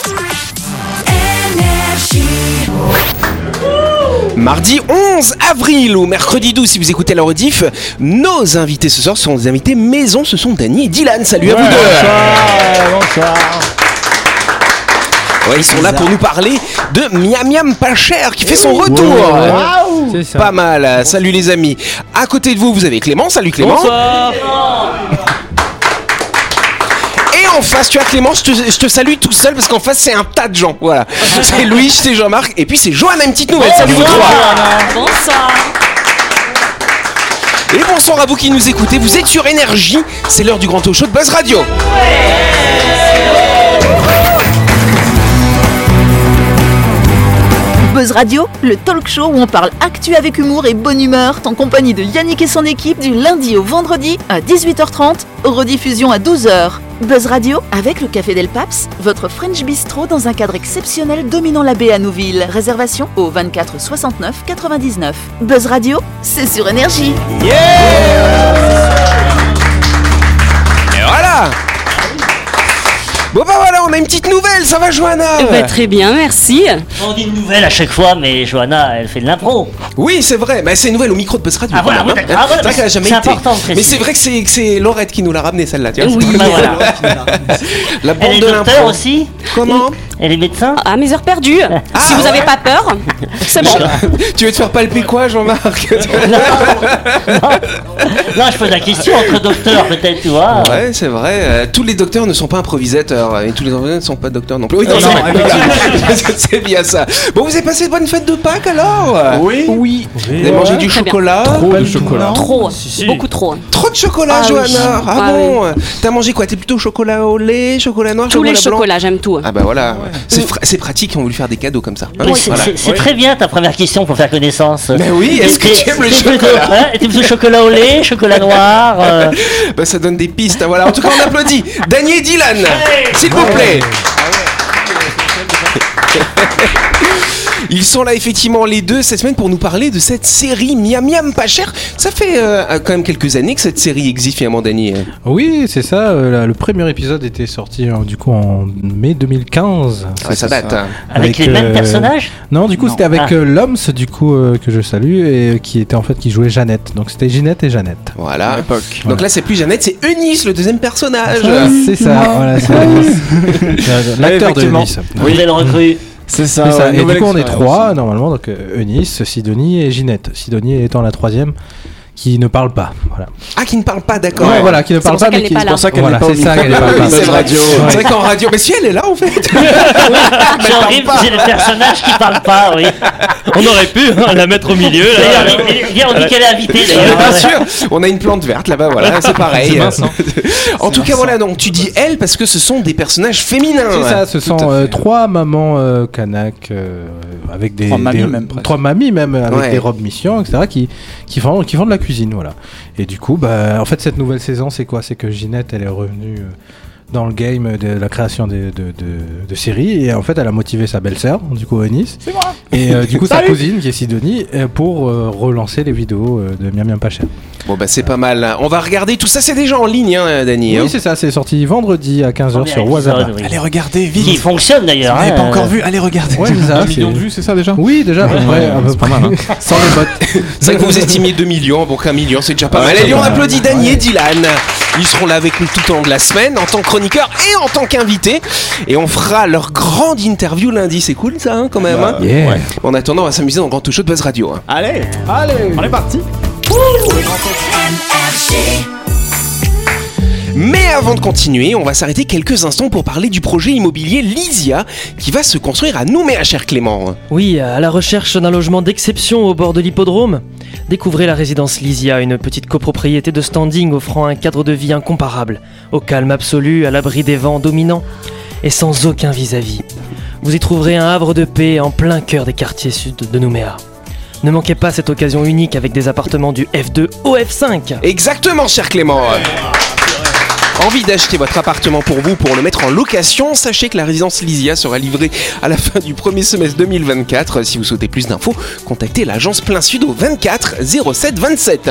Mardi 11 avril ou mercredi 12 si vous écoutez la rediff, nos invités ce soir sont des invités maison, ce sont Dany et Dylan. Salut à vous deux. Bonsoir. Ouais, ils sont là pour nous parler de Miam Miam pas cher qui fait son retour. Wow. C'est ça. Pas mal. Salut les amis. À côté de vous, vous avez Clément. Salut Clément. Bonsoir. En face, tu as Clément, je te salue tout seul parce qu'en face, c'est un tas de gens. Voilà. C'est Louis, c'est Jean-Marc, et puis c'est Johanna, une petite nouvelle. Salut vous trois. Bonsoir. Et bonsoir à vous qui nous écoutez. Vous êtes sur Énergie. C'est l'heure du grand talk show de Buzz Radio. Buzz Radio, le talk show où on parle actu avec humour et bonne humeur, en compagnie de Yannick et son équipe du lundi au vendredi à 18h30, rediffusion à 12h. Buzz Radio avec le Café Del Paps, votre French Bistro dans un cadre exceptionnel dominant la baie à Nouville. Réservation au 24 69 99. Buzz Radio, c'est sur Énergie. Et voilà. Bon bah voilà, on a une petite nouvelle, ça va Johanna? Très bien, merci. On dit une nouvelle à chaque fois, mais Johanna, elle fait de l'impro. Oui, c'est vrai, mais c'est une nouvelle au micro de Buzz Radio. Ah voilà, quand même, d'accord. Ah, voilà, c'est vrai qu'elle a jamais c'est été. important de préciser. Mais c'est vrai que c'est Laurette qui nous l'a ramené celle-là. Tu vois. Oui, Bah voilà. La bande Elle est de docteur l'impro. aussi. Comment? Elle est médecin. À mes heures perdues. Si vous n'avez pas peur, c'est bon. Tu veux te faire palper quoi, Jean-Marc? Non, je pose la question entre docteurs, peut-être, tu vois. Ouais, c'est vrai. Tous les docteurs ne sont pas improvisateurs et tous les improvisateurs ne sont pas docteurs non plus. Oui, Non, c'est bien ça. Bon, vous avez passé de bonnes fêtes de Pâques alors? Oui. Vous avez mangé du Très bien. chocolat? Trop de chocolat. Trop, Si. beaucoup trop. Trop de chocolat, Ah oui. Johanna. Ah Ah bon? T'as mangé quoi? T'es plutôt chocolat au lait, chocolat noir, Tous les chocolat blanc? chocolats, j'aime tout. Ah bah voilà. C'est pratique, on veut lui faire des cadeaux comme ça. Hein, Oui, voilà. c'est très bien ta première question pour faire connaissance. Mais oui, est-ce que tu aimes le chocolat? T'es plutôt chocolat au lait, chocolat noir Bah ça donne des pistes, hein, voilà. En tout cas, on applaudit Dany et Dylan, s'il vous plaît. Ils sont là effectivement les deux cette semaine pour nous parler de cette série Miam Miam pas cher. Ça fait quand même quelques années que cette série existe finalement, Dany. Oui, c'est ça. Le premier épisode était sorti du coup en mai 2015. Ouais, ça date. Hein. avec les mêmes personnages. Non, du coup c'était avec l'Homs du coup que je salue et qui était en fait qui jouait Jeannette. Donc c'était Ginette et Jeannette. Voilà. Donc là c'est plus Jeannette, c'est Eunice, le deuxième personnage. C'est ça. Voilà, c'est l'acteur de Eunice. Nouvelle recrue. C'est C'est ça. ça. Et du coup, on est trois normalement, donc Eunice, Sidonie et Ginette. Sidonie étant la troisième, qui ne parle pas. Voilà. Ah, qui ne parle pas, d'accord. Ouais, voilà, qui ne C'est parle pour ça pas, mais qu'elle qui. n'est pas là. C'est pour ça qu'elle Voilà, n'est pas au c'est ça micro. qu'elle n'est pas Oui, là. c'est vrai. radio. C'est vrai qu'en radio, mais si elle est là en fait. C'est horrible, j'ai des personnages qui parlent pas, oui. On aurait pu la mettre au milieu. D'ailleurs, on dit qu'elle est invitée, d'ailleurs. Bien sûr, on a une plante verte là-bas, voilà, c'est pareil. En tout cas, voilà, donc tu dis elle parce que ce sont des personnages féminins. C'est ça, ce sont trois mamans kanak avec des. Trois mamies même, presque. Trois mamies même, avec Ouais. des robes mission, etc., qui font de la cuisine, voilà. Et du coup, bah, en fait, cette nouvelle saison, c'est quoi? C'est que Ginette, elle est revenue dans le game de la création de séries, et en fait, elle a motivé sa belle-sœur, du coup, Eunice. C'est moi. Et du coup, sa cousine, qui est Sidonie, pour relancer les vidéos de Miam Miam pas cher. Bon, bah c'est pas mal. On va regarder tout ça, c'est déjà en ligne, hein, Dany. Oui, hein. c'est ça, c'est sorti vendredi à 15h Premier sur épisode, WhatsApp. oui. Allez, regardez, vite. Qui fonctionne d'ailleurs. Vous n'avez pas hein, encore vu, allez, regardez. Ouais, c'est ça, 1 million de vues, c'est ça déjà? Oui, déjà, à peu près, c'est pas mal, hein. sans les bots. C'est vrai que vous estimiez 2 millions, bon qu'un million c'est déjà pas mal. Allez, on applaudit Dany et Dylan. Ils seront là avec nous tout au long de la semaine en tant que chroniqueurs et en tant qu'invités. Et on fera leur grande interview lundi. C'est cool ça, hein, quand même. Hein. Yeah. Ouais. En attendant, on va s'amuser dans le grand talk show de Buzz Radio. Hein. Allez, on est parti. Mais avant de continuer, on va s'arrêter quelques instants pour parler du projet immobilier Lysia qui va se construire à Nouméa, cher Clément. Oui, à la recherche d'un logement d'exception au bord de l'hippodrome. Découvrez la résidence Lysia, une petite copropriété de standing offrant un cadre de vie incomparable, au calme absolu, à l'abri des vents dominants et sans aucun vis-à-vis. Vous y trouverez un havre de paix en plein cœur des quartiers sud de Nouméa. Ne manquez pas cette occasion unique avec des appartements du F2 au F5. Exactement, cher Clément. Envie d'acheter votre appartement pour vous, pour le mettre en location? Sachez que la résidence Lysia sera livrée à la fin du premier semestre 2024. Si vous souhaitez plus d'infos, contactez l'agence Plein Sud au 24 07 27.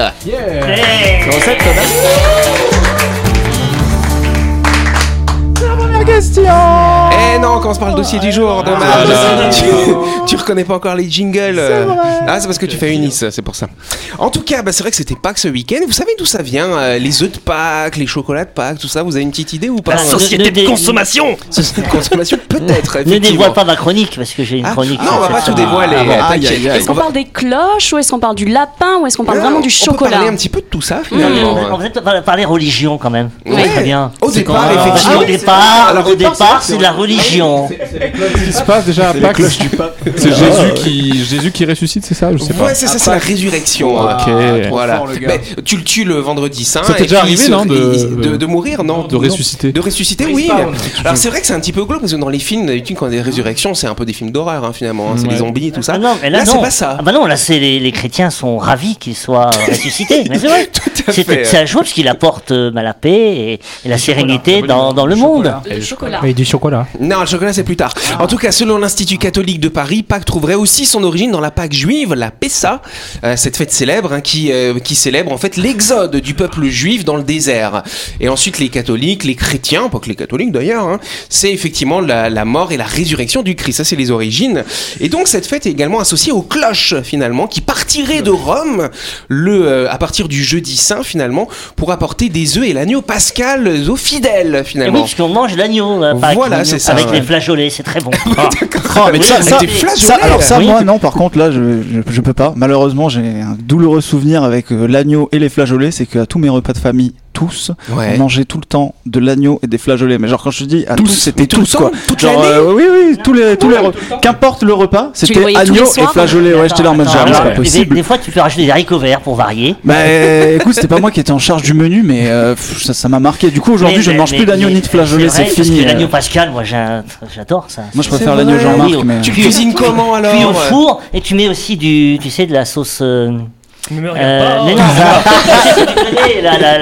question. Eh non, on commence par le dossier du jour, dommage. Tu reconnais pas encore les jingles. Ah, c'est parce que tu fais une Nice, c'est pour ça. En tout cas, c'est vrai que c'était Pâques ce week-end. Vous savez d'où ça vient, les œufs de Pâques, les chocolats de Pâques, tout ça. Vous avez une petite idée ou pas? Société de consommation. Société de consommation, peut-être. Ne dévoile pas ma chronique parce que j'ai une chronique. Non, on va pas tout dévoiler. Est-ce qu'on parle des cloches ou est-ce qu'on parle du lapin ou est-ce qu'on parle vraiment du On peut chocolat? parler un petit peu de tout ça finalement. On va peut-être parler religion quand même. Ouais. Très bien. Au départ, Parce effectivement. qu'au départ, c'est de la religion. Ce qui se passe déjà à Pâques, c'est Jésus qui ressuscite, c'est ça? Je sais pas. Ouais, c'est ça, c'est la résurrection. Ok. Voilà. Mais tu le tues le vendredi saint. Ça t'est déjà arrivé, non, de mourir, non? De ressusciter. De ressusciter, oui. Alors c'est vrai que c'est un petit peu glauque parce que dans les films, d'habitude, quand il y a des résurrections, c'est un peu des films d'horreur finalement. C'est les zombies et tout ça. Ah non, mais là, c'est non. pas ça. Ah bah non, là, c'est les chrétiens sont ravis qu'il soit ressuscité. Mais c'est vrai. Tout à fait. C'est un joie parce qu'il apporte la paix et la sérénité dans le monde. Le chocolat. Et du chocolat. Non, le chocolat c'est plus tard. En tout cas, selon l'Institut catholique de Paris, Pâques trouverait aussi son origine dans la Pâque juive, la Pessa, cette fête célèbre qui célèbre en fait l'exode du peuple juif dans le désert. Et ensuite les catholiques, les chrétiens, pas que les catholiques d'ailleurs, c'est effectivement la mort et la résurrection du Christ. Ça c'est les origines. Et donc cette fête est également associée aux cloches finalement, qui partiraient de Rome à partir du jeudi saint finalement pour apporter des œufs et l'agneau pascal aux fidèles Et oui, finalement. parce qu'on mange l'agneau Voilà, c'est ça, avec ouais. les flageolets, c'est très bon. Oh, mais Avec des flageolets. alors ça, Oui. moi non, par contre là je peux pas. Malheureusement, j'ai un douloureux souvenir avec l'agneau et les flageolets, c'est qu'à tous mes repas de famille, tous, Ouais. on mangeait tout le temps de l'agneau et des flageolets. Mais genre quand je dis à tous, c'était tout le tous temps, quoi. toute Genre, l'année oui, tous les repas. Qu'importe le repas, les c'était voyais tous les agneau et soirs flageolets. Ouais, j'étais là en mode genre, Alors, c'est pas possible. Des fois, tu peux rajouter des haricots verts pour varier. Bah écoute, c'était pas moi qui étais en charge du menu, mais ça m'a marqué. Du coup aujourd'hui, je ne mange plus d'agneau ni de flageolets, c'est vrai, parce fini. que l'agneau pascal, moi j'adore ça. Moi je préfère l'agneau Jean-Marc, Oui, mais Tu cuisines comment alors? Cuit au four et tu mets aussi de la sauce. Ne me regarde pas. Mais non, tu connais,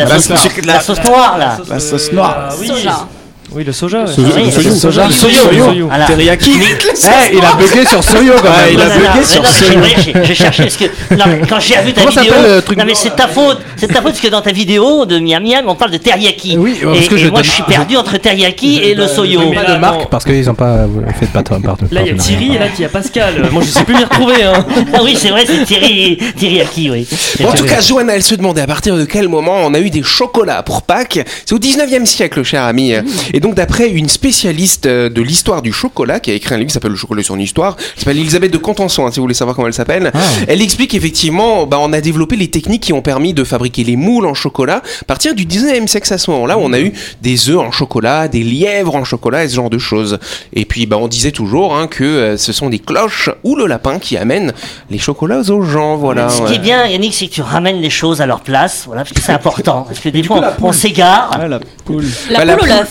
la sauce noire là. la sauce noire. Oui. Soja. Oui, le soja. Soja. Soyo. Voilà. Teriyaki. Il a bugué sur Soyo quand même. il a Non, bugué non, sur non, Soyo. j'ai cherché parce que non, mais quand j'ai vu ta Comment vidéo, s'appelle le truc non mais c'est ta faute parce que dans ta vidéo de Miam Miam on parle de teriyaki. Oui, parce que et je moi donne- je suis perdu entre teriyaki et le soyo. Oui, mais Pas là, de marque non. parce qu'ils ont pas fait de partenariat. Là, il y a Thierry et là, il y a Pascal. Moi, je sais plus les retrouver. Hein. Ah oui c'est vrai c'est teriyaki oui. Bon, en tout cas, Johanna, elle se demandait à partir de quel moment on a eu des chocolats pour Pâques. C'est au 19e siècle, cher ami. Et donc, d'après une spécialiste de l'histoire du chocolat, qui a écrit un livre qui s'appelle Le chocolat sur une histoire, qui s'appelle Elisabeth de Contenson, si vous voulez savoir comment elle s'appelle. Elle explique effectivement, on a développé les techniques qui ont permis de fabriquer les moules en chocolat à partir du 19e siècle. À ce moment-là, on a eu des œufs en chocolat, des lièvres en chocolat et ce genre de choses. Et puis, on disait toujours que ce sont des cloches ou le lapin qui amènent les chocolats aux gens. Voilà. Ce qui est bien Yannick c'est que tu ramènes les choses à leur place voilà parce que c'est important parce que des fois on s'égare. Ouais, la poule. La la poule ou l'œuf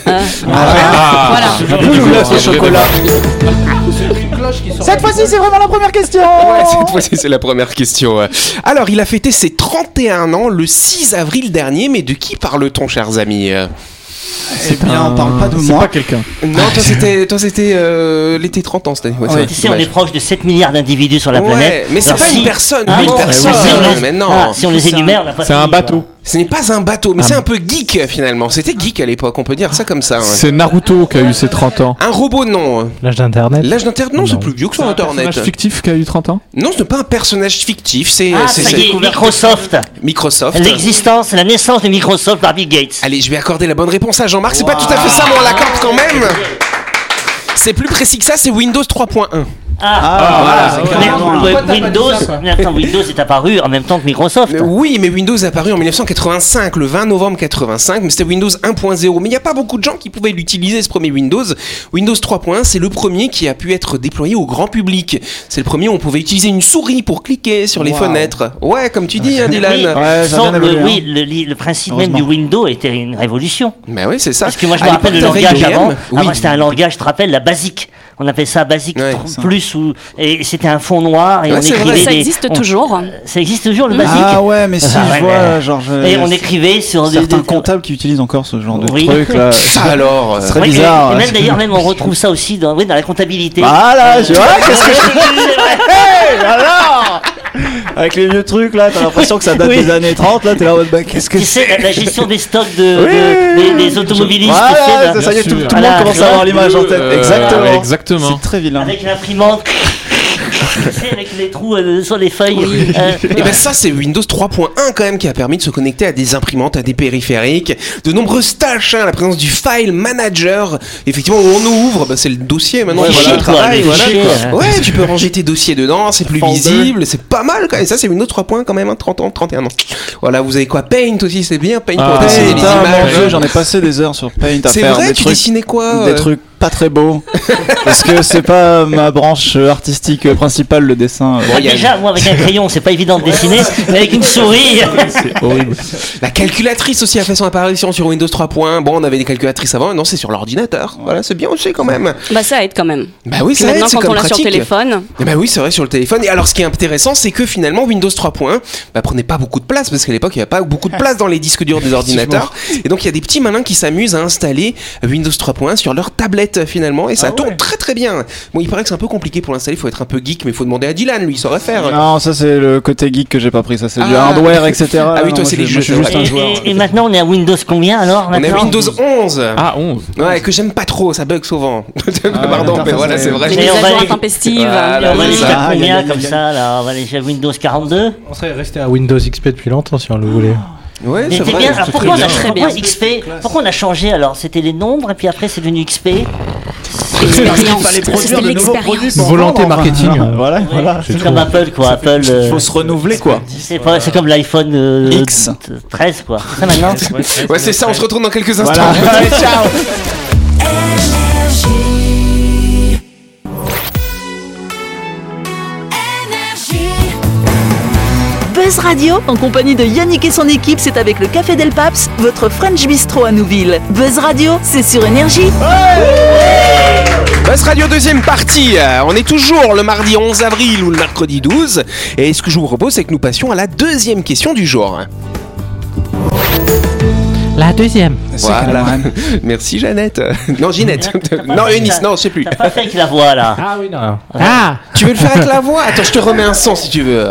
Voilà. La poule ou l'œuf au chocolat. Cette fois-ci, c'est vraiment la première question. Ouais, cette fois-ci, c'est la première question. Alors, il a fêté ses 31 ans le 6 avril dernier, mais de qui parle-t-on, chers amis? Eh bien, on parle pas de moi. pas quelqu'un. Non, toi, c'était l'été 30 ans cette année. Ouais, c'est Tu sais on dommage. est proche de 7 milliards d'individus sur la Ouais, planète. mais c'est Alors, pas si- une personne, Ah une bon, personne. Mais non. si on les énumère on n'a pas C'est un fini, bateau. Ce n'est pas un bateau, mais c'est un peu geek finalement. C'était geek à l'époque, on peut dire ça comme ça. Ouais. C'est Naruto qui a eu ses 30 ans. Un robot, non. L'âge d'internet. L'âge d'internet, non, c'est Non. plus vieux que sur Un internet. personnage fictif qui a eu 30 ans. Non, ce n'est pas un personnage fictif, c'est Ah, ça y est, Microsoft. Microsoft. L'existence, la naissance de Microsoft par Bill Gates. Allez, je vais accorder la bonne réponse à Jean-Marc. C'est pas tout à fait ça, mais on l'accorde quand même. C'est plus précis que ça, c'est Windows 3.1. Voilà, c'est carrément. Windows est apparu en même temps que Microsoft. Oui, mais Windows est apparu en 1985, le 20 novembre 85, mais c'était Windows 1.0. Mais il n'y a pas beaucoup de gens qui pouvaient l'utiliser, ce premier Windows. Windows 3.1, c'est le premier qui a pu être déployé au grand public. C'est le premier où on pouvait utiliser une souris pour cliquer sur les fenêtres. Ouais, comme tu dis, hein, Dylan. Oui, Ouais, ça a bien évolué, le principe même du Windows était une révolution. Bah oui, c'est ça. Parce que moi je À me rappelle le l'époque, t'avais langage IBM. avant. Oui. Avant c'était un langage, je te rappelle, la basique. On appelait ça basique Ouais, plus et c'était un fond noir et Ouais, on c'est vrai. écrivait Ça des- existe on- toujours. Ça existe toujours le basique. Ah ouais, mais si Ah je ouais, vois, mais- genre, Et on écrivait sur certains comptables qui utilisent encore ce genre de Oui. truc là. Ça alors. C'est très Ouais, bizarre. et même d'ailleurs, même on retrouve ça aussi dans la comptabilité. Voilà, tu vois, qu'est-ce que je C'est vrai. Hey, alors Avec les vieux trucs là, t'as l'impression que ça date des années 30, là t'es là en mode bah qu'est-ce que Tu sais, c'est? la gestion des stocks des automobilistes. Voilà, tu sais, ça y est, tout le Voilà, monde commence à avoir l'image en tête. Exactement. Exactement. C'est très vilain. avec l'imprimante. Tu sais, avec les trous sur les feuilles. Et ben ça c'est Windows 3.1 quand même qui a permis de se connecter à des imprimantes, à des périphériques, de nombreuses tâches, la présence du file manager. Effectivement où on ouvre, c'est le dossier maintenant. Ouais, voilà, voilà, le travail, quoi, voilà, le fichier, quoi. Ouais, tu peux ranger tes dossiers dedans, c'est plus visible, c'est pas mal quand même. Et ça c'est Windows 3.1 quand même, 30 ans, 31 ans. Voilà, vous avez quoi? Paint aussi, c'est bien, Paint pour dessiner les images. J'en ai passé des heures sur Paint à C'est faire vrai, des tu trucs, dessinais quoi des trucs pas très beaux parce que c'est pas ma branche artistique principale, le dessin. Déjà, moi avec un crayon, c'est pas évident de dessiner, mais avec une souris. C'est horrible. La calculatrice aussi a fait son apparition sur Windows 3.1. Bon, on avait des calculatrices avant, non, c'est sur l'ordinateur. Voilà, c'est bien aussi quand même. Bah ça aide quand même. Bah oui, Puis ça aide, maintenant c'est quand comme on l'a sur pratique. téléphone. Et bah oui, c'est vrai, sur le téléphone. Et alors, ce qui est intéressant, c'est que finalement, Windows 3.1 prenait pas beaucoup de place, parce qu'à l'époque, il n'y avait pas beaucoup de place dans les disques durs des ordinateurs. Et donc, il y a des petits malins qui s'amusent à installer Windows 3.1 sur leur tablette, finalement. Et ça tourne très très bien. Bon, il paraît que c'est un peu compliqué pour l'installer, il faut être un peu geek, mais il faut demander à Dylan, lui, il saurait faire. Non, ça c'est le côté geek que j'ai pas pris, ça c'est du hardware, etc. Ah oui, Non, toi, moi, c'est les je jeux. suis juste un joueur. Et maintenant, on est à Windows combien alors On est à maintenant Windows 11. Ah, 11. Ouais, que j'aime pas trop, ça bug souvent. Pardon, putain, mais ça, voilà, c'est- c'est vrai. Les Mais mises on à va jour aller- intempestives. Voilà, On va aller ça. faire Ah, combien y a- comme ça là? On va aller chez Windows 42. On serait resté à Windows XP depuis longtemps si on le voulait. Ouais, Mais c'est c'est vrai. bien. Alors, pourquoi, bien. Très bien. XP? Pourquoi on a changé alors? C'était les nombres et puis après c'est devenu XP. L'expérience. fallait produire C'était de nouveaux produits l'expérience. pour Volonté vendre, enfin. marketing. Voilà, Ouais, voilà. c'est comme Apple quoi. Apple. Il faut se renouveler quoi. C'est comme l'iPhone X. 13 quoi. C'est ça maintenant? Ouais, c'est ça, on se retrouve dans quelques instants. Voilà. Allez, ciao. Buzz Radio, en compagnie de Yannick et son équipe, c'est avec le Café Del Paps, votre French Bistro à Nouville. Buzz Radio, c'est sur Énergie. Buzz Radio deuxième partie. On est toujours le mardi 11 avril ou le mercredi 12. Et ce que je vous propose, c'est que nous passions à la deuxième question du jour. La deuxième. Voilà. Merci Jeannette. Non, Ginette. Non, Eunice, non, je sais plus. T'as pas fait avec la voix là. Ah oui, non. Ah, Tu veux le faire avec la voix? Attends, je te remets un son si tu veux.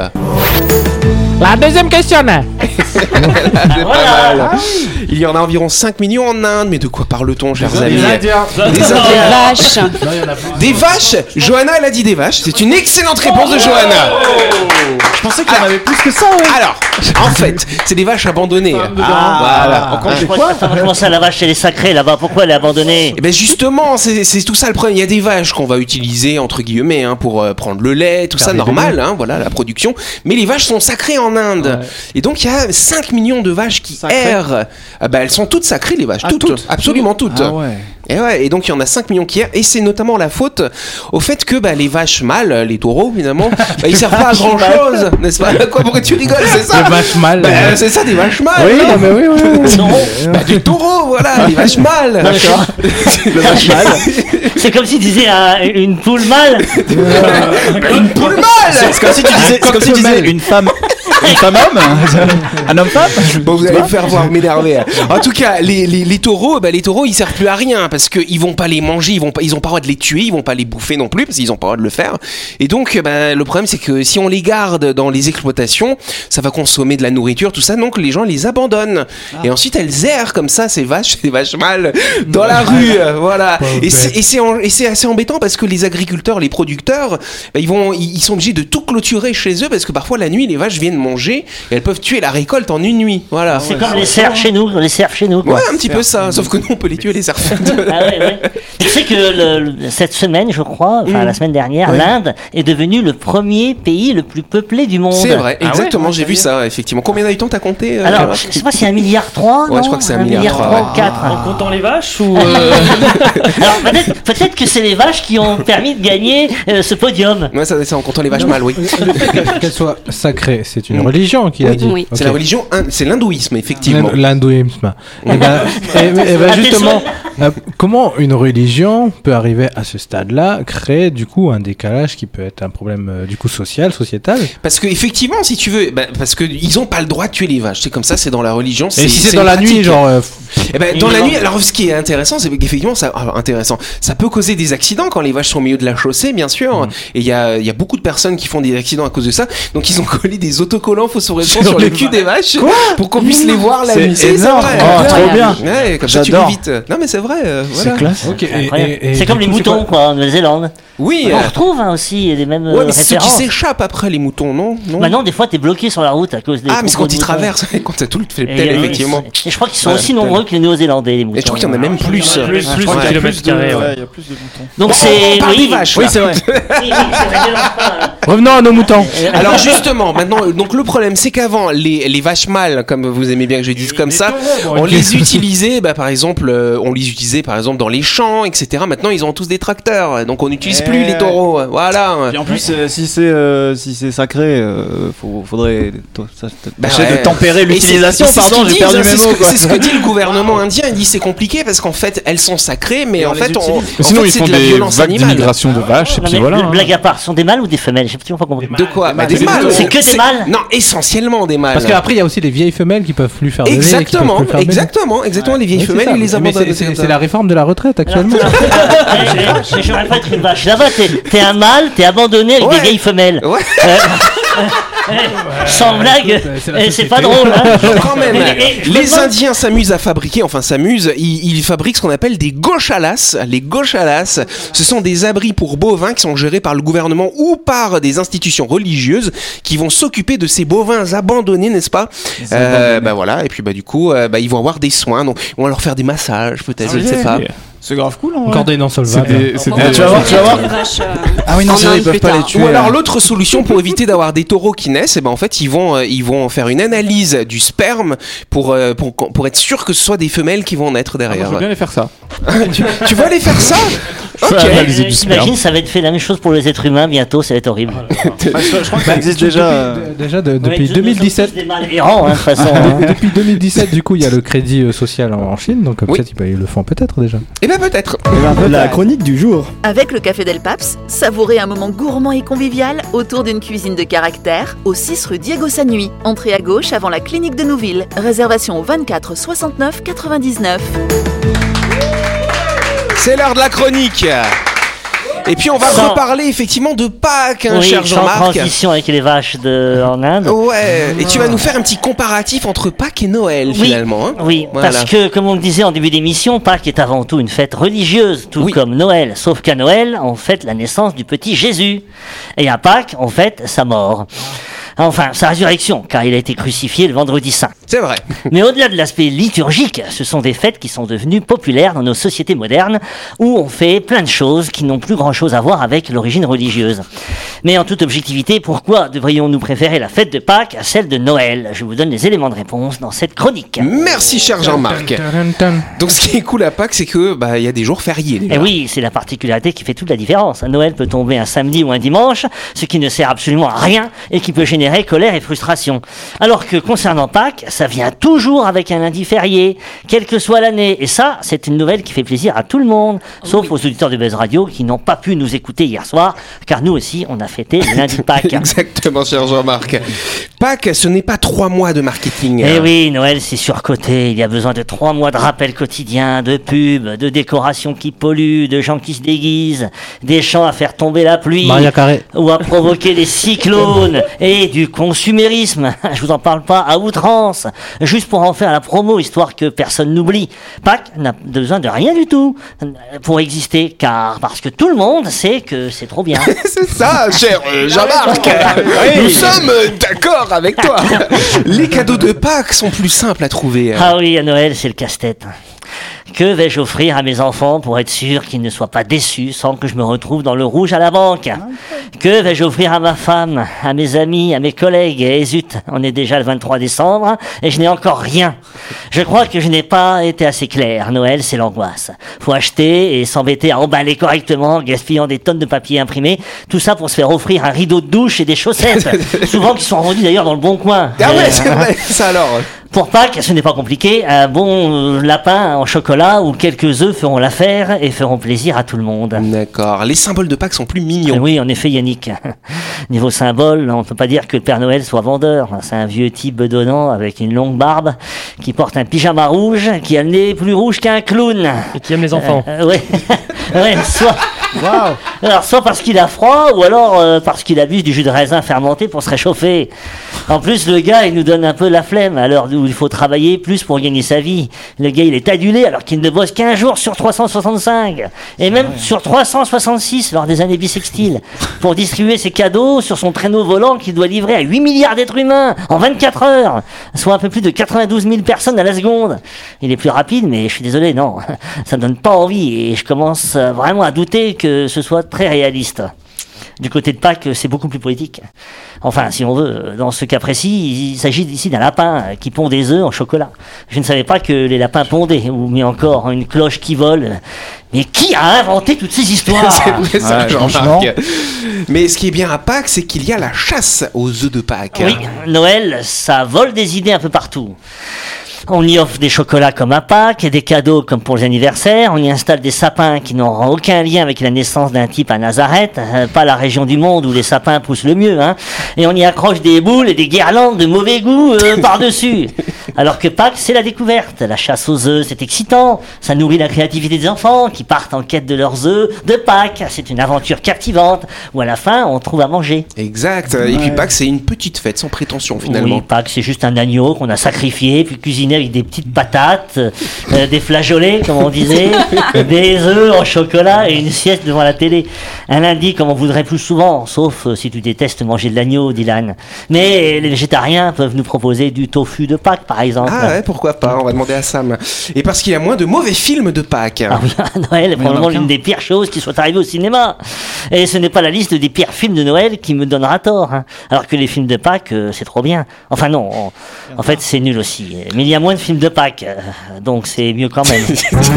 la deuxième question. C'est pas mal. Il y en a environ 5 millions en Inde. Mais de quoi parle-t-on, chers amis? Des Indiens. Vache. Des vaches. Johanna, elle a dit des vaches. C'est une excellente réponse de Johanna. Je pensais qu'il y en avait plus que ça, ouais. Alors, en fait, c'est des vaches abandonnées. Voilà. Comment ça la vache elle est sacrée là-bas? Pourquoi elle est abandonnée? Et ben justement, c'est tout ça le problème. Il y a des vaches qu'on va utiliser entre guillemets pour prendre le lait, tout ça normal, voilà la production. Mais les vaches sont sacrées en Inde. Et donc il y a 5 millions de vaches qui errent. Elles sont toutes sacrées les vaches, toutes, absolument toutes. Ah ouais. Et ouais, et donc il y en a 5 millions qui errent, et c'est notamment la faute au fait que les vaches mâles, les taureaux évidemment, ils servent pas à grand chose, n'est-ce pas? Quoi, pourquoi tu rigoles? C'est ça? Des vaches mâles. C'est ça, des vaches mâles. Oui, non non, mais oui. Des taureaux, voilà, des vaches mâles. D'accord. C'est comme si tu disais une poule mâle. Une poule mâle. C'est comme si tu disais, c'est comme si tu disais une femme. Une femme-homme. Un homme-femme. Bon, vous allez me faire voir m'énerver. En tout cas, les taureaux, ils servent plus à rien parce qu'ils vont pas les manger, ils ont pas le droit de les tuer, ils vont pas les bouffer non plus parce qu'ils ont pas le droit de le faire. Et donc, le problème c'est que si on les garde dans les exploitations, ça va consommer de la nourriture, tout ça, donc les gens les abandonnent. Et ensuite, elles errent comme ça, ces vaches mâles, dans la rue, voilà. Et c'est assez embêtant parce que les agriculteurs, les producteurs, ils sont obligés de tout clôturer chez eux parce que parfois la nuit, les vaches viennent manger et elles peuvent tuer la récolte en une nuit. Voilà. C'est comme les cerfs chez nous, quoi. Ouais, un petit peu ça, sauf que nous on peut les tuer les cerfs. Ah ouais. Tu sais que cette semaine, je crois, la semaine dernière, l'Inde est devenue le premier pays le plus peuplé du monde. C'est vrai, exactement, j'ai vu ça, effectivement. Combien d'habitants t'as compté Alors, je sais pas si c'est 1,3 milliard, ouais, je crois que c'est 1,3 milliard, 4. En comptant les vaches ou Alors peut-être que c'est les vaches qui ont permis de gagner ce podium. Ouais, ça c'est en comptant les vaches mâles, oui. Qu'elle soit sacrée, c'est une religion qu'il a dit. Oui. C'est la religion, c'est l'hindouisme, effectivement. L'hindouisme. Et ben justement, Comment une religion peut arriver à ce stade-là, créer du coup un décalage qui peut être un problème du coup social, sociétal? Parce que effectivement, si tu veux, parce que ils ont pas le droit de tuer les vaches. C'est comme ça, c'est dans la religion. Et si c'est dans la nuit, genre. Dans la nuit, alors ce qui est intéressant, c'est qu'effectivement, ça peut causer des accidents quand les vaches sont au milieu de la chaussée, bien sûr. Et il y a beaucoup de personnes qui font des accidents à cause de ça. Donc ils ont collé des autocollants phosphorescents sur le cul des vaches pour qu'on puisse les voir la nuit. C'est énorme. vrai. Trop bien. Ouais, comme ça tu vis vite. Non mais c'est vrai. C'est classe. Ok. C'est comme les moutons, quoi, en Nouvelle-Zélande. Oui. On retrouve aussi les mêmes Ouais, mais c'est ceux qui références. s'échappent après les moutons, non? Maintenant, des fois, t'es bloqué sur la route à cause des. Ah, mais c'est troupeaux quand de ils moutons. traversent, quand t'as tout le fait Et, tel, effectivement. Et je crois qu'ils sont Ouais, aussi nombreux que les Néo-Zélandais, les moutons. Et je crois qu'il y en a même plus. Plus de kilomètres carrés. Il y a plus de moutons. Donc Bon, c'est. on parle des vaches, là. Oui, c'est vrai. Revenons à nos moutons. Alors justement, maintenant, donc le problème, c'est qu'avant, les vaches mâles, comme vous aimez bien que je dise comme ça, on les utilisait, par exemple, dans les champs, etc. Maintenant, ils ont tous des tracteurs, donc on n'utilise plus les taureaux. Voilà. Et en plus, si c'est sacré, faudrait tâcher de tempérer l'utilisation. Pardon, j'ai perdu mes mots. C'est ce que dit le gouvernement indien. Il dit c'est compliqué parce qu'en fait, elles sont sacrées, mais en fait, Sinon, ils c'est font de la des violence vagues animale. d'immigration de vaches, et puis voilà. Blague à part, ce sont des mâles ou des femelles? J'ai absolument pas compris. De quoi? Des des mâles. C'est que des mâles? Non, essentiellement des mâles. Parce qu'après, il y a aussi les vieilles femelles qui peuvent plus faire de lait. Exactement, qui peuvent plus faire de lait. exactement. Les vieilles Oui, c'est femelles, ça. ils les Mais abandonnent. c'est la réforme de la retraite actuellement. Je j'aurais pas être une vache. Là-bas, t'es un mâle, t'es abandonné avec Ouais. des vieilles femelles. Ouais. Sans blague, C'est la c'est pas société. drôle. Hein. Quand même, Et je me les demande- Indiens ils fabriquent ce qu'on appelle des gauchalas. Les gauchalas, ce sont des abris pour bovins qui sont gérés par le gouvernement ou par des institutions religieuses qui vont s'occuper de ces bovins abandonnés, n'est-ce pas? Voilà, et puis du coup, ils vont avoir des soins, donc on va leur faire des massages, peut-être, je ne sais pas. C'est grave cool. Encore des non solvables. Tu Tu vas voir. Ah oui, non, c'est vrai, ils peuvent pas les tuer. Ou alors l'autre solution pour éviter d'avoir des taureaux qui naissent, en fait ils vont faire une analyse du sperme pour être sûr que ce soit des femelles qui vont naître Je derrière. veux bien aller faire ça. Tu veux aller faire ça? Ok. Analyser du sperme. Imagine, ça va être fait la même chose pour les êtres humains bientôt, ça va être horrible. Je crois que ça existe déjà. Depuis 2017. Des mâles errants, hein, de toute façon. Hein. Depuis 2017, du coup, il y a le crédit social en Chine, donc peut-être ils le font peut-être déjà. Eh ben peut-être. La chronique du jour. Avec le Café Del Paps, savourez un moment gourmand et convivial autour d'une cuisine de caractère au 6 rue Diego Sanui. Entrée à gauche avant la clinique de Nouville. Réservation au 24 69 99. C'est l'heure de la chronique. Et puis on va reparler effectivement de Pâques, Oui, cher sans Jean-Marc. transition avec les vaches en Inde. Ouais, et tu vas nous faire un petit comparatif entre Pâques et Noël finalement. Hein. Oui, Voilà. parce que comme on le disait en début d'émission, Pâques est avant tout une fête religieuse, tout comme Noël. Sauf qu'à Noël, on fête la naissance du petit Jésus. Et à Pâques, on fête sa mort. Enfin, sa résurrection, car il a été crucifié le vendredi saint. C'est vrai. Mais au-delà de l'aspect liturgique, ce sont des fêtes qui sont devenues populaires dans nos sociétés modernes, où on fait plein de choses qui n'ont plus grand-chose à voir avec l'origine religieuse. Mais en toute objectivité, pourquoi devrions-nous préférer la fête de Pâques à celle de Noël? Je vous donne les éléments de réponse dans cette chronique. Merci cher Jean-Marc. Donc ce qui est cool à Pâques, c'est que il y a des jours fériés. Déjà. Et oui, c'est la particularité qui fait toute la différence. Noël peut tomber un samedi ou un dimanche, ce qui ne sert absolument à rien et qui peut générer colère et frustration. Alors que concernant Pâques, ça vient toujours avec un lundi férié, quelle que soit l'année. Et ça, c'est une nouvelle qui fait plaisir à tout le monde, sauf aux auditeurs de Buzz Radio qui n'ont pas pu nous écouter hier soir, car nous aussi, on a fêté le lundi de Pâques. Exactement, cher Jean-Marc. Pâques, ce n'est pas 3 mois de marketing. Eh oui, Noël, c'est surcoté. Il y a besoin de 3 mois de rappels quotidiens, de pubs, de décorations qui polluent, de gens qui se déguisent, des champs à faire tomber la pluie, Maria Carré. ou à provoquer des cyclones, et du consumérisme. Je vous en parle pas à outrance, juste pour en faire la promo, histoire que personne n'oublie. Pâques n'a besoin de rien du tout pour exister, parce que tout le monde sait que c'est trop bien. C'est ça, cher Jean-Marc. Nous sommes d'accord avec toi. Les cadeaux de Pâques sont plus simples à trouver. Ah oui, à Noël, c'est le casse-tête. Que vais-je offrir à mes enfants pour être sûr qu'ils ne soient pas déçus sans que je me retrouve dans le rouge à la banque? Que vais-je offrir à ma femme, à mes amis, à mes collègues? Et zut, on est déjà le 23 décembre et je n'ai encore rien. Je crois que je n'ai pas été assez clair. Noël, c'est l'angoisse. Faut acheter et s'embêter à emballer correctement, gaspillant des tonnes de papier imprimé. Tout ça pour se faire offrir un rideau de douche et des chaussettes. Souvent qui sont vendus d'ailleurs dans le Bon Coin. Ah ouais, c'est vrai, ça alors. Pour Pâques, ce n'est pas compliqué, un bon lapin en chocolat ou quelques œufs feront l'affaire et feront plaisir à tout le monde. D'accord. Les symboles de Pâques sont plus mignons. Oui, en effet, Yannick. Niveau symbole, on ne peut pas dire que le Père Noël soit vendeur. C'est un vieux type bedonnant avec une longue barbe qui porte un pyjama rouge, qui a le nez plus rouge qu'un clown. Et qui aime les enfants. Ouais, soit... Waouh. Alors, soit parce qu'il a froid, ou alors parce qu'il abuse du jus de raisin fermenté pour se réchauffer. En plus, le gars, il nous donne un peu la flemme, à l'heure où il faut travailler plus pour gagner sa vie. Le gars, il est adulé alors qu'il ne bosse qu'un jour sur 365, et même sur 366 lors des années bissextiles, pour distribuer ses cadeaux sur son traîneau volant qu'il doit livrer à 8 milliards d'êtres humains en 24 heures, soit un peu plus de 92 000 personnes à la seconde. Il est plus rapide, mais je suis désolé, non, ça ne donne pas envie, et je commence vraiment à douter que ce soit très réaliste. Du côté de Pâques, c'est beaucoup plus politique. Enfin, si on veut, dans ce cas précis, il s'agit ici d'un lapin qui pond des œufs en chocolat. Je ne savais pas que les lapins pondaient, ou mieux encore, une cloche qui vole. Mais qui a inventé toutes ces histoires? C'est vrai ça, Jean-Marc. Mais ce qui est bien à Pâques, c'est qu'il y a la chasse aux œufs de Pâques. Oui, Noël, ça vole des idées un peu partout. On y offre des chocolats comme à Pâques et des cadeaux comme pour les anniversaires. On y installe des sapins qui n'auront aucun lien avec la naissance d'un type à Nazareth, pas la région du monde où les sapins poussent le mieux, hein. Et on y accroche des boules et des guirlandes de mauvais goût par-dessus. Alors que Pâques, c'est la découverte. La chasse aux œufs, c'est excitant. Ça nourrit la créativité des enfants qui partent en quête de leurs œufs de Pâques. C'est une aventure captivante où à la fin, on trouve à manger. Exact. Et puis Pâques, c'est une petite fête sans prétention finalement. Oui, Pâques, c'est juste un agneau qu'on a sacrifié, puis cuisiné avec des petites patates, des flageolets, comme on disait, des œufs en chocolat et une sieste devant la télé. Un lundi, comme on voudrait plus souvent, sauf si tu détestes manger de l'agneau, Dylan. Mais les végétariens peuvent nous proposer du tofu de Pâques, par exemple. Ah ouais, pourquoi pas, on va demander à Sam. Et parce qu'il y a moins de mauvais films de Pâques. Ah oui, Noël est probablement l'une des pires choses qui soit arrivée au cinéma. Et ce n'est pas la liste des pires films de Noël qui me donnera tort, hein. Alors que les films de Pâques, c'est trop bien. Enfin non, en fait c'est nul aussi. Mais il y a moins de films de Pâques, donc c'est mieux quand même.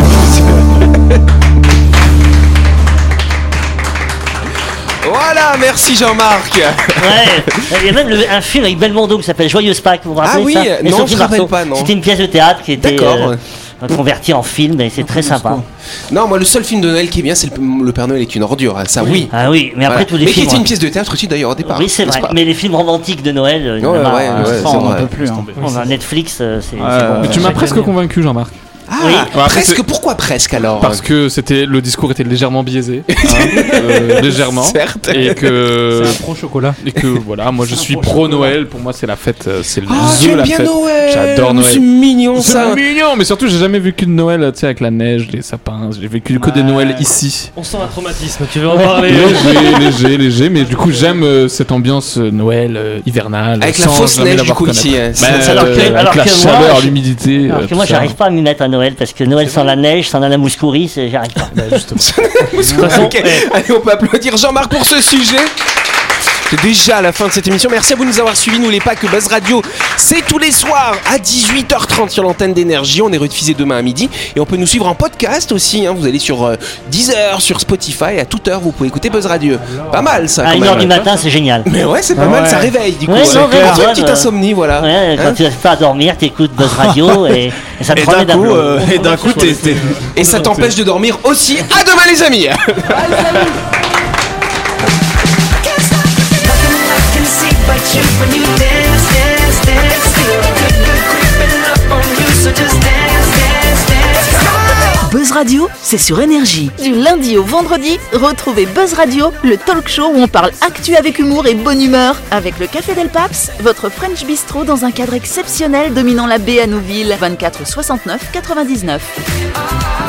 Voilà, merci Jean-Marc. Ouais, il y a même un film avec Belmondo qui s'appelle Joyeuse Pâques, vous vous rappelez? Ah oui, ça? non, je ne me rappelle pas, non. C'était une pièce de théâtre qui était convertie en film et c'est très sympa. Non, moi le seul film de Noël qui est bien, c'est le Père Noël est une ordure, ça oui. Ah oui, mais après tous les films... Mais qui était une pièce de théâtre aussi d'ailleurs au départ. Oui, c'est vrai, mais les films romantiques de Noël, on n'en peut plus. On a Netflix, c'est bon. Mais tu m'as presque convaincu, Jean-Marc. Ah, oui. presque, pourquoi presque alors? Parce que le discours était légèrement biaisé, légèrement. Certes. Et que c'est un pro chocolat. Et que voilà, moi je suis pro Noël. Pour moi, c'est la fête, c'est le tu aimes la bien fête. Noël. J'adore Noël. C'est mignon ça. C'est mignon, mais surtout j'ai jamais vécu de Noël, tu sais, avec la neige, les sapins. J'ai vécu que des Noëls ici. On sent un traumatisme. Tu veux en parler? léger, mais du coup j'aime cette ambiance Noël hivernale. Avec la fausse neige du coup ici. Alors la que chaleur, moi, l'humidité. Alors que moi, j'arrive pas à m'y mettre à Noël parce que Noël sans la neige, sans la mouscouris, j'arrive pas. Okay. Allez, on peut applaudir Jean-Marc pour ce sujet. C'est déjà la fin de cette émission. Merci à vous de nous avoir suivis. Nous les Pâques Buzz Radio, c'est tous les soirs à 18h30 sur l'antenne d'Énergie. On est rediffusé demain à midi et on peut nous suivre en podcast aussi, hein. Vous allez sur Deezer, sur Spotify, à toute heure vous pouvez écouter Buzz Radio. Pas mal ça. À 1h du matin, c'est génial. Mais ouais, c'est pas mal, ça réveille du coup. Ouais, c'est une petite insomnie, voilà. Ouais, quand tu n'arrives pas à dormir, t'écoutes Buzz Radio et ça te remet d'aplomb. Et d'un coup, et ça t'empêche de dormir aussi. À demain les amis. Buzz Radio, c'est sur Énergie. Du lundi au vendredi, retrouvez Buzz Radio, le talk show où on parle actu avec humour et bonne humeur, avec le Café Del Paps, votre French Bistro dans un cadre exceptionnel dominant la baie à Nouville, 24 69 99.